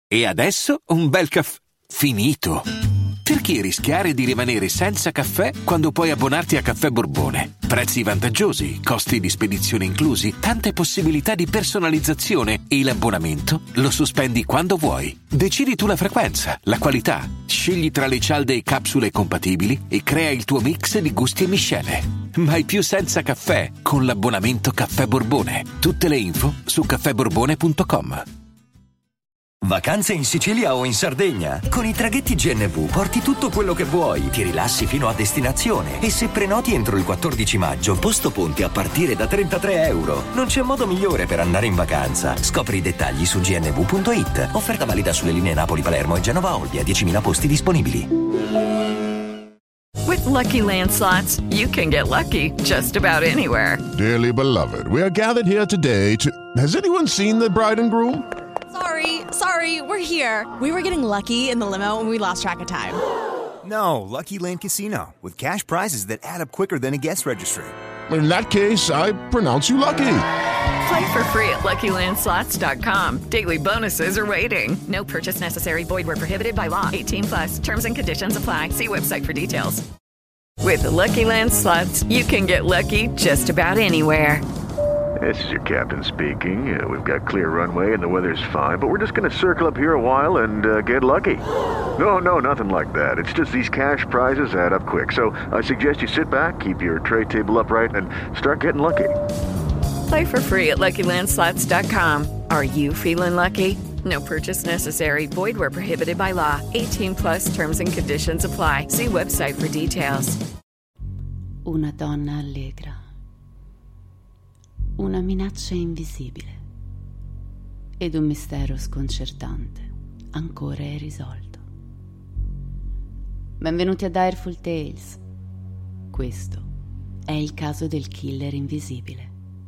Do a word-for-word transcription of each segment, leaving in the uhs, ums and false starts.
E adesso un bel caffè finito. Perché rischiare di rimanere senza caffè quando puoi abbonarti a Caffè Borbone? Prezzi vantaggiosi, costi di spedizione inclusi, tante possibilità di personalizzazione e l'abbonamento lo sospendi quando vuoi. Decidi tu la frequenza, la qualità, scegli tra le cialde e capsule compatibili e crea il tuo mix di gusti e miscele. Mai più senza caffè con l'abbonamento Caffè Borbone. Tutte le info su caffè borbone punto com. Vacanze in Sicilia o in Sardegna? Con i traghetti G N V porti tutto quello che vuoi, ti rilassi fino a destinazione e se prenoti entro il quattordici maggio, posto ponti a partire da trentatré euro. Non c'è modo migliore per andare in vacanza. Scopri i dettagli su g n v punto i t. Offerta valida sulle linee Napoli-Palermo e Genova-Olbia, diecimila posti disponibili. With Lucky Land Slots, you can get lucky just about anywhere. Dearly beloved, we are gathered here today to... Has anyone seen the bride and groom? Sorry, sorry, we're here. We were getting lucky in the limo and we lost track of time. No, Lucky Land Casino, with cash prizes that add up quicker than a guest registry. In that case, I pronounce you lucky. Play for free at lucky land slots dot com. Daily bonuses are waiting. No purchase necessary. Void where prohibited by law. eighteen plus. Terms and conditions apply. See website for details. With Lucky Land Slots, you can get lucky just about anywhere. This is your captain speaking. Uh, we've got clear runway and the weather's fine, but we're just going to circle up here a while and uh, get lucky. No, no, nothing like that. It's just these cash prizes add up quick. So I suggest you sit back, keep your tray table upright, and start getting lucky. Play for free at lucky land slots dot com. Are you feeling lucky? No purchase necessary. Void where prohibited by law. eighteen plus terms and conditions apply. See website for details. Una donna allegra. Una minaccia invisibile ed un mistero sconcertante ancora irrisolto. Benvenuti a Direful Tales. Questo è il caso del killer invisibile.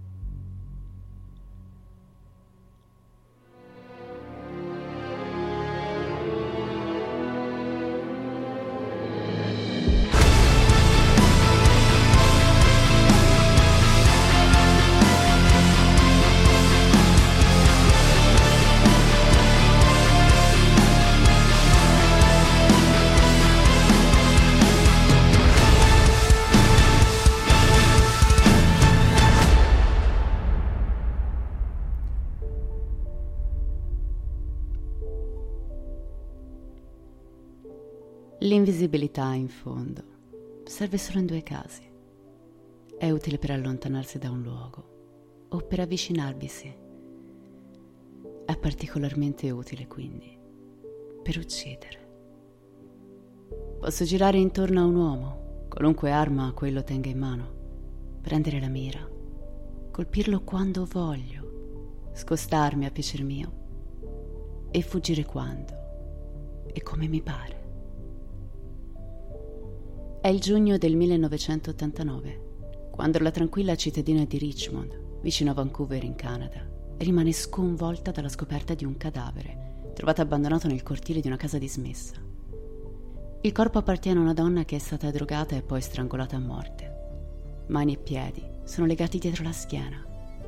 L'invisibilità, in fondo, serve solo in due casi. È utile per allontanarsi da un luogo o per avvicinarvisi. È particolarmente utile, quindi, per uccidere. Posso girare intorno a un uomo, qualunque arma quello tenga in mano, prendere la mira, colpirlo quando voglio, scostarmi a piacer mio e fuggire quando e come mi pare. È il giugno del millenovecentottantanove, quando la tranquilla cittadina di Richmond, vicino a Vancouver in Canada, rimane sconvolta dalla scoperta di un cadavere trovato abbandonato nel cortile di una casa dismessa. Il corpo appartiene a una donna che è stata drogata e poi strangolata a morte. Mani e piedi sono legati dietro la schiena.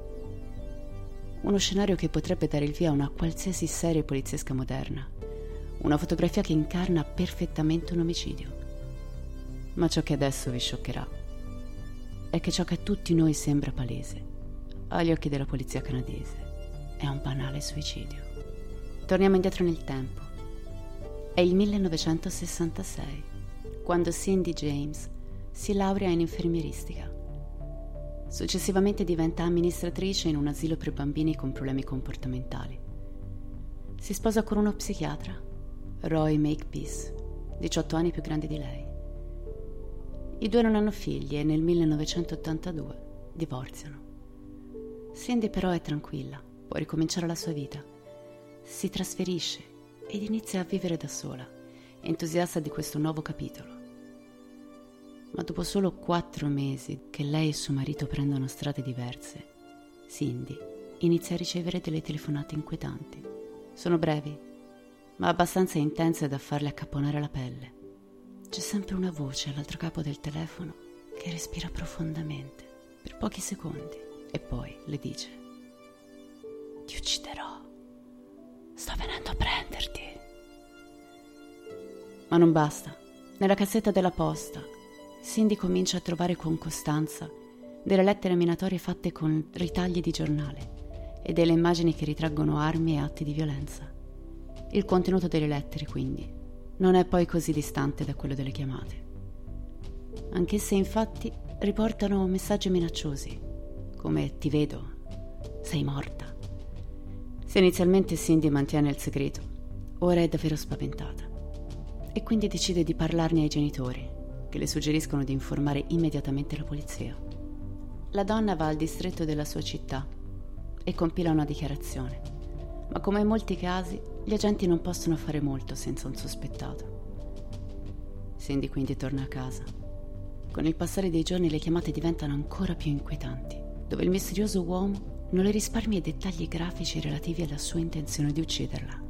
Uno scenario che potrebbe dare il via a una qualsiasi serie poliziesca moderna. Una fotografia che incarna perfettamente un omicidio. Ma ciò che adesso vi scioccherà è che ciò che a tutti noi sembra palese, agli occhi della polizia canadese, è un banale suicidio. Torniamo indietro nel tempo. È il millenovecentosessantasei, quando Cindy James si laurea in infermieristica. Successivamente diventa amministratrice in un asilo per bambini con problemi comportamentali. Si sposa con uno psichiatra, Roy Makepeace, diciotto anni più grande di lei. I due non hanno figli e nel millenovecentottantadue divorziano. Cindy però è tranquilla, può ricominciare la sua vita. Si trasferisce ed inizia a vivere da sola, entusiasta di questo nuovo capitolo. Ma dopo solo quattro mesi che lei e suo marito prendono strade diverse, Cindy inizia a ricevere delle telefonate inquietanti. Sono brevi, ma abbastanza intense da farle accapponare la pelle. C'è sempre una voce all'altro capo del telefono che respira profondamente per pochi secondi e poi le dice: ti ucciderò, sto venendo a prenderti. Ma non basta. Nella cassetta della posta, Cindy comincia a trovare con costanza delle lettere minatorie fatte con ritagli di giornale e delle immagini che ritraggono armi e atti di violenza. Il contenuto delle lettere, quindi, non è poi così distante da quello delle chiamate. Anch'esse, infatti, riportano messaggi minacciosi, come "ti vedo", "sei morta". Se inizialmente Cindy mantiene il segreto, ora è davvero spaventata e quindi decide di parlarne ai genitori, che le suggeriscono di informare immediatamente la polizia. La donna va al distretto della sua città e compila una dichiarazione, ma come in molti casi gli agenti non possono fare molto senza un sospettato. Cindy quindi torna a casa. Con il passare dei giorni le chiamate diventano ancora più inquietanti, dove il misterioso uomo non le risparmia i dettagli grafici relativi alla sua intenzione di ucciderla.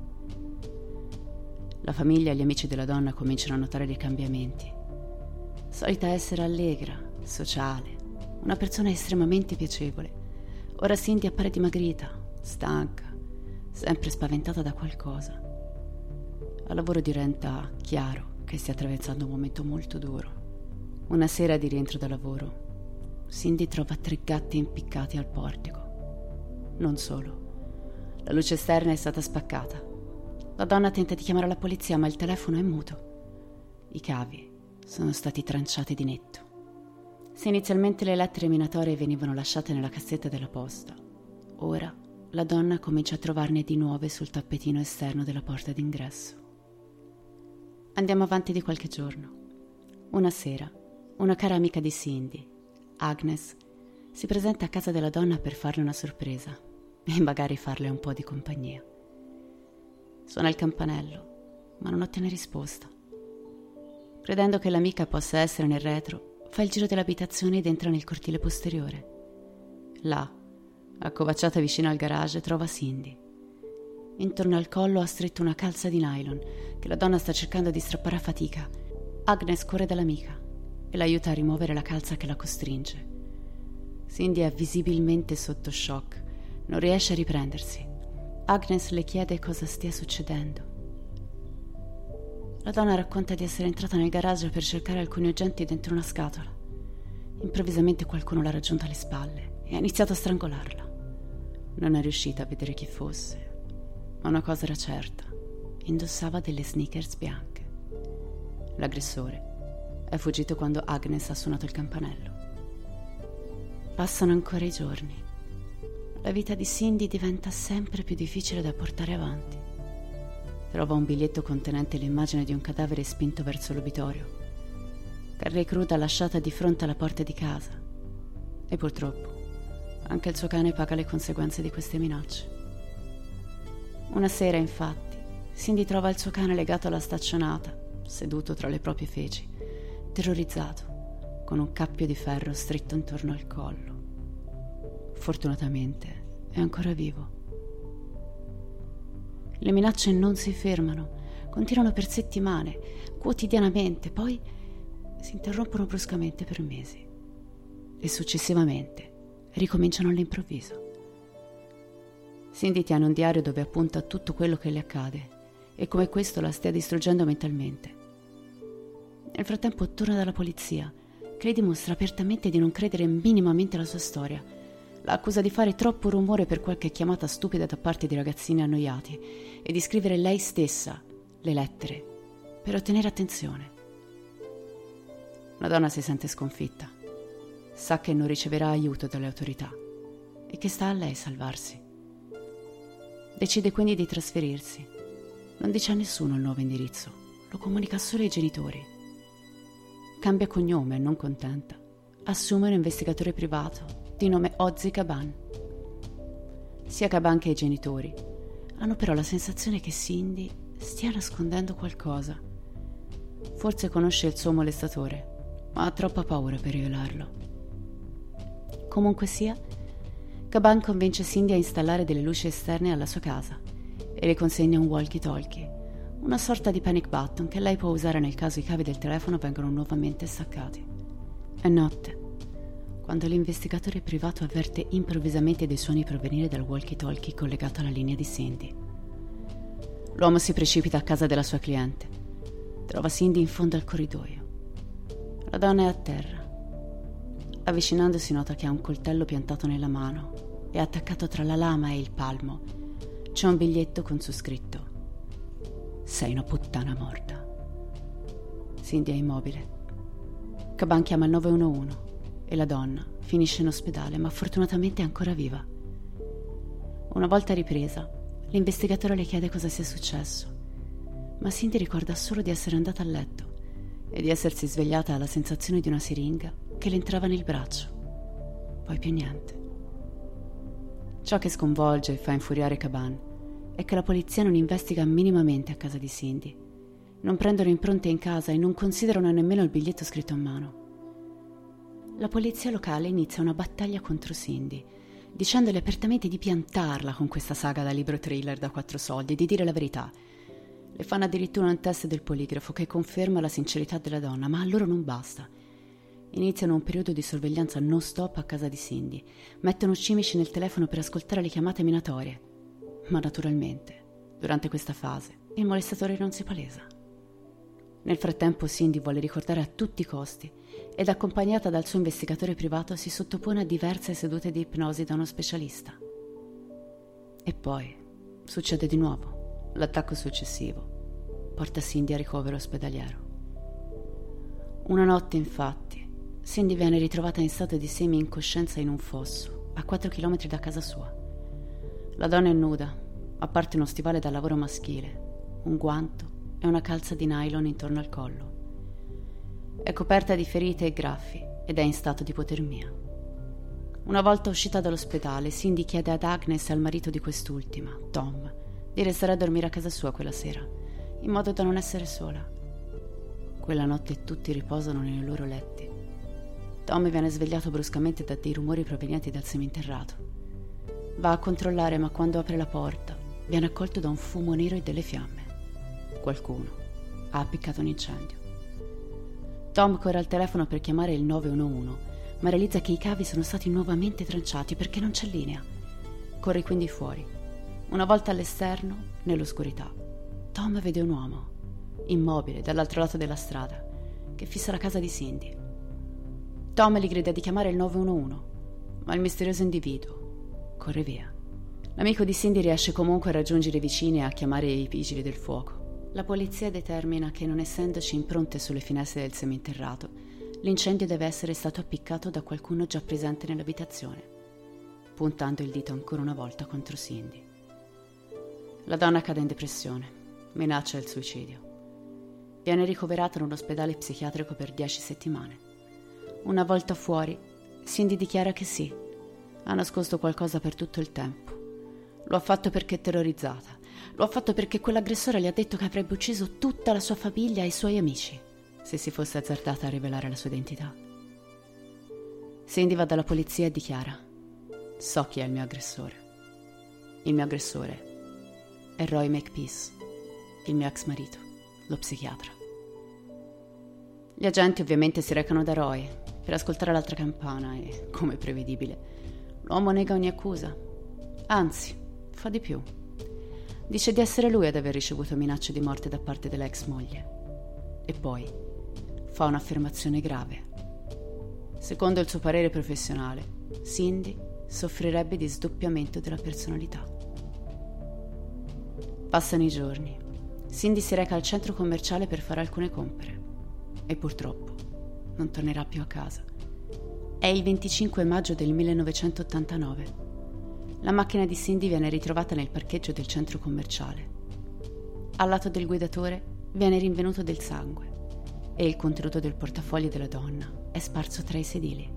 La famiglia e gli amici della donna cominciano a notare dei cambiamenti. Solita essere allegra, sociale, una persona estremamente piacevole, ora Cindy appare dimagrita, stanca, sempre spaventata da qualcosa. Al lavoro diventa chiaro che stia attraversando un momento molto duro. Una sera di rientro da lavoro, Cindy trova tre gatti impiccati al portico. Non solo. La luce esterna è stata spaccata. La donna tenta di chiamare la polizia, ma il telefono è muto. I cavi sono stati tranciati di netto. Se inizialmente le lettere minatorie venivano lasciate nella cassetta della posta, ora la donna comincia a trovarne di nuove sul tappetino esterno della porta d'ingresso. Andiamo avanti di qualche giorno. Una sera, una cara amica di Cindy, Agnes, si presenta a casa della donna per farle una sorpresa e magari farle un po' di compagnia. Suona il campanello, ma non ottiene risposta. Credendo che l'amica possa essere nel retro, fa il giro dell'abitazione ed entra nel cortile posteriore. Là, accovacciata vicino al garage, trova Cindy. Intorno al collo ha stretto una calza di nylon che la donna sta cercando di strappare a fatica. Agnes corre dall'amica e l'aiuta a rimuovere la calza che la costringe. Cindy è visibilmente sotto shock, non riesce a riprendersi. Agnes le chiede cosa stia succedendo. La donna racconta di essere entrata nel garage per cercare alcuni oggetti dentro una scatola. Improvvisamente qualcuno l'ha raggiunta alle spalle e ha iniziato a strangolarla. Non è riuscita a vedere chi fosse, ma una cosa era certa: indossava delle sneakers bianche. L'aggressore è fuggito quando Agnes ha suonato il campanello. Passano ancora i giorni. La vita di Cindy diventa sempre più difficile da portare avanti. Trova un biglietto contenente l'immagine di un cadavere spinto verso l'obitorio, carne cruda lasciata di fronte alla porta di casa. E purtroppo anche il suo cane paga le conseguenze di queste minacce. Una sera, infatti, Cindy trova il suo cane legato alla staccionata, seduto tra le proprie feci, terrorizzato, con un cappio di ferro stretto intorno al collo. Fortunatamente è ancora vivo. Le minacce non si fermano, continuano per settimane, quotidianamente, poi si interrompono bruscamente per mesi e successivamente ricominciano all'improvviso. Cindy tiene un diario dove appunta tutto quello che le accade e come questo la stia distruggendo mentalmente. Nel frattempo torna dalla polizia, che le dimostra apertamente di non credere minimamente alla sua storia. La accusa di fare troppo rumore per qualche chiamata stupida da parte di ragazzini annoiati e di scrivere lei stessa le lettere per ottenere attenzione. La donna si sente sconfitta. Sa che non riceverà aiuto dalle autorità e che sta a lei salvarsi. Decide quindi di trasferirsi. Non dice a nessuno il nuovo indirizzo, lo comunica solo ai genitori. Cambia cognome e, non contenta, assume un investigatore privato di nome Ozzy Caban. Sia Caban che i genitori hanno però la sensazione che Cindy stia nascondendo qualcosa. Forse conosce il suo molestatore, ma ha troppa paura per rivelarlo. Comunque sia, Caban convince Cindy a installare delle luci esterne alla sua casa e le consegna un walkie-talkie, una sorta di panic button che lei può usare nel caso i cavi del telefono vengano nuovamente staccati. È notte, quando l'investigatore privato avverte improvvisamente dei suoni provenire dal walkie-talkie collegato alla linea di Cindy. L'uomo si precipita a casa della sua cliente. Trova Cindy in fondo al corridoio. La donna è a terra. Avvicinandosi nota che ha un coltello piantato nella mano e attaccato tra la lama e il palmo c'è un biglietto con su scritto: sei una puttana morta. Cindy è immobile. Caban chiama il nove uno uno e la donna finisce in ospedale, ma fortunatamente è ancora viva. Una volta ripresa, l'investigatore le chiede cosa sia successo, ma Cindy ricorda solo di essere andata a letto e di essersi svegliata alla sensazione di una siringa che le entrava nel braccio. Poi più niente. Ciò che sconvolge e fa infuriare Caban è che la polizia non investiga minimamente a casa di Cindy. Non prendono impronte in casa e non considerano nemmeno il biglietto scritto a mano. La polizia locale inizia una battaglia contro Cindy, dicendole apertamente di piantarla con questa saga da libro thriller da quattro soldi e di dire la verità. Le fanno addirittura un test del poligrafo che conferma la sincerità della donna, ma a loro non basta. Iniziano un periodo di sorveglianza non stop a casa di Cindy. Mettono cimici nel telefono per ascoltare le chiamate minatorie. Ma naturalmente, durante questa fase, il molestatore non si palesa. Nel frattempo Cindy vuole ricordare a tutti i costi ed, accompagnata dal suo investigatore privato, si sottopone a diverse sedute di ipnosi da uno specialista. E poi succede di nuovo. L'attacco successivo porta Cindy a ricovero ospedaliero. Una notte, infatti, Cindy viene ritrovata in stato di semi-incoscienza in un fosso, a quattro chilometri da casa sua. La donna è nuda, a parte uno stivale da lavoro maschile, un guanto e una calza di nylon intorno al collo. È coperta di ferite e graffi ed è in stato di ipotermia. Una volta uscita dall'ospedale, Cindy chiede ad Agnes e al marito di quest'ultima, Tom, di restare a dormire a casa sua quella sera, in modo da non essere sola. Quella notte tutti riposano nei loro letti. Tom viene svegliato bruscamente da dei rumori provenienti dal seminterrato. Va a controllare, ma quando apre la porta viene accolto da un fumo nero e delle fiamme. Qualcuno ha appiccato un incendio. Tom corre al telefono per chiamare il nove uno uno, ma realizza che i cavi sono stati nuovamente tranciati perché non c'è linea. Corre quindi fuori. Una volta all'esterno, nell'oscurità, Tom vede un uomo, immobile dall'altro lato della strada, che fissa la casa di Cindy. Tom gli grida di chiamare il nove uno uno, ma il misterioso individuo corre via. L'amico di Cindy riesce comunque a raggiungere i vicini e a chiamare i vigili del fuoco. La polizia determina che, non essendoci impronte sulle finestre del seminterrato, l'incendio deve essere stato appiccato da qualcuno già presente nell'abitazione, puntando il dito ancora una volta contro Cindy. La donna cade in depressione, minaccia il suicidio. Viene ricoverata in un ospedale psichiatrico per dieci settimane. Una volta fuori, Cindy dichiara che sì, ha nascosto qualcosa per tutto il tempo. Lo ha fatto perché è terrorizzata. Lo ha fatto perché quell'aggressore le ha detto che avrebbe ucciso tutta la sua famiglia e i suoi amici se si fosse azzardata a rivelare la sua identità. Cindy va dalla polizia e dichiara: so chi è il mio aggressore. Il mio aggressore è Roy Makepeace, il mio ex marito, lo psichiatra. Gli agenti ovviamente si recano da Roy per ascoltare l'altra campana e, come prevedibile, l'uomo nega ogni accusa. Anzi, fa di più. Dice di essere lui ad aver ricevuto minacce di morte da parte dell'ex moglie. E poi fa un'affermazione grave. Secondo il suo parere professionale, Cindy soffrirebbe di sdoppiamento della personalità. Passano i giorni. Cindy si reca al centro commerciale per fare alcune compere e purtroppo non tornerà più a casa. È il venticinque maggio del millenovecentottantanove. La macchina di Cindy viene ritrovata nel parcheggio del centro commerciale. Al lato del guidatore viene rinvenuto del sangue e il contenuto del portafoglio della donna è sparso tra i sedili.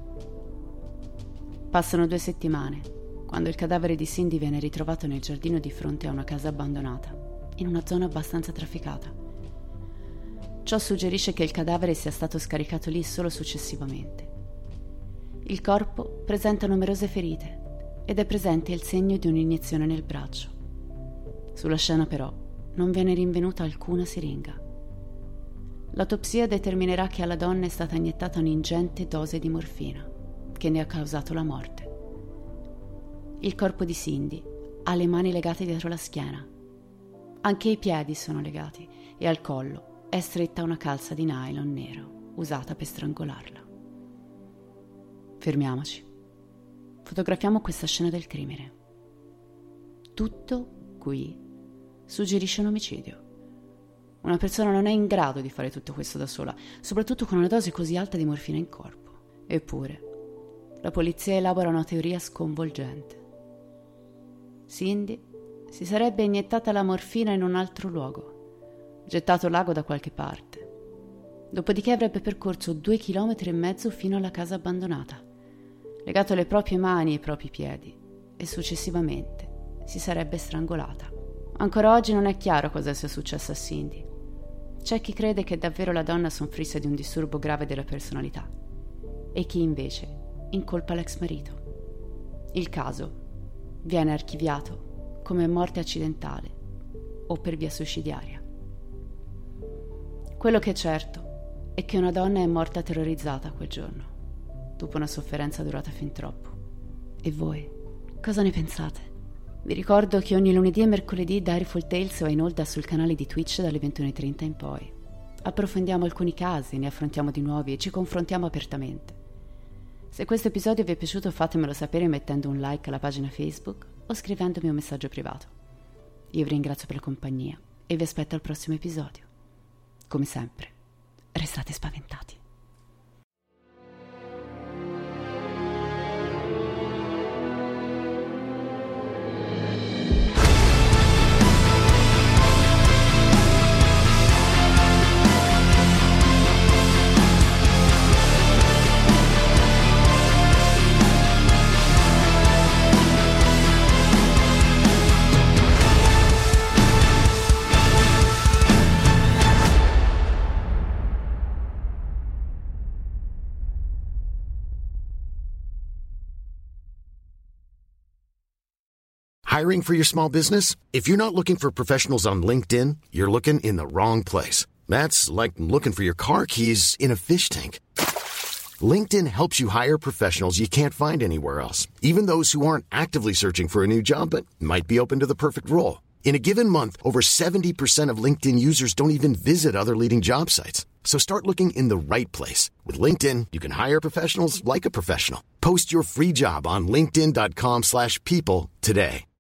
Passano due settimane quando il cadavere di Cindy viene ritrovato nel giardino di fronte a una casa abbandonata, in una zona abbastanza trafficata. Ciò suggerisce che il cadavere sia stato scaricato lì solo successivamente. Il corpo presenta numerose ferite ed è presente il segno di un'iniezione nel braccio. Sulla scena però non viene rinvenuta alcuna siringa. L'autopsia determinerà che alla donna è stata iniettata un'ingente dose di morfina, che ne ha causato la morte. Il corpo di Cindy ha le mani legate dietro la schiena. Anche i piedi sono legati e al collo è stretta una calza di nylon nero usata per strangolarla. Fermiamoci. Fotografiamo questa scena del crimine. Tutto qui suggerisce un omicidio. Una persona non è in grado di fare tutto questo da sola, soprattutto con una dose così alta di morfina in corpo. Eppure, la polizia elabora una teoria sconvolgente. Cindy si sarebbe iniettata la morfina in un altro luogo, gettato l'ago da qualche parte. Dopodiché avrebbe percorso due chilometri e mezzo fino alla casa abbandonata, legato le proprie mani e i propri piedi, e successivamente si sarebbe strangolata. Ancora oggi non è chiaro cosa sia successo a Cindy. C'è chi crede che davvero la donna soffrisse di un disturbo grave della personalità e chi invece incolpa l'ex marito. Il caso viene archiviato come morte accidentale o per via suicidiaria. Quello che è certo è che una donna è morta terrorizzata quel giorno, dopo una sofferenza durata fin troppo. E voi, cosa ne pensate? Vi ricordo che ogni lunedì e mercoledì Direful Tales va in onda sul canale di Twitch dalle ventuno e trenta in poi. Approfondiamo alcuni casi, ne affrontiamo di nuovi e ci confrontiamo apertamente. Se questo episodio vi è piaciuto fatemelo sapere mettendo un like alla pagina Facebook o scrivendomi un messaggio privato. Io vi ringrazio per la compagnia e vi aspetto al prossimo episodio. Come sempre, restate spaventati. Hiring for your small business? If you're not looking for professionals on LinkedIn, you're looking in the wrong place. That's like looking for your car keys in a fish tank. LinkedIn helps you hire professionals you can't find anywhere else, even those who aren't actively searching for a new job but might be open to the perfect role. In a given month, over seventy percent of LinkedIn users don't even visit other leading job sites. So start looking in the right place. With LinkedIn, you can hire professionals like a professional. Post your free job on linkedin dot com slash people today.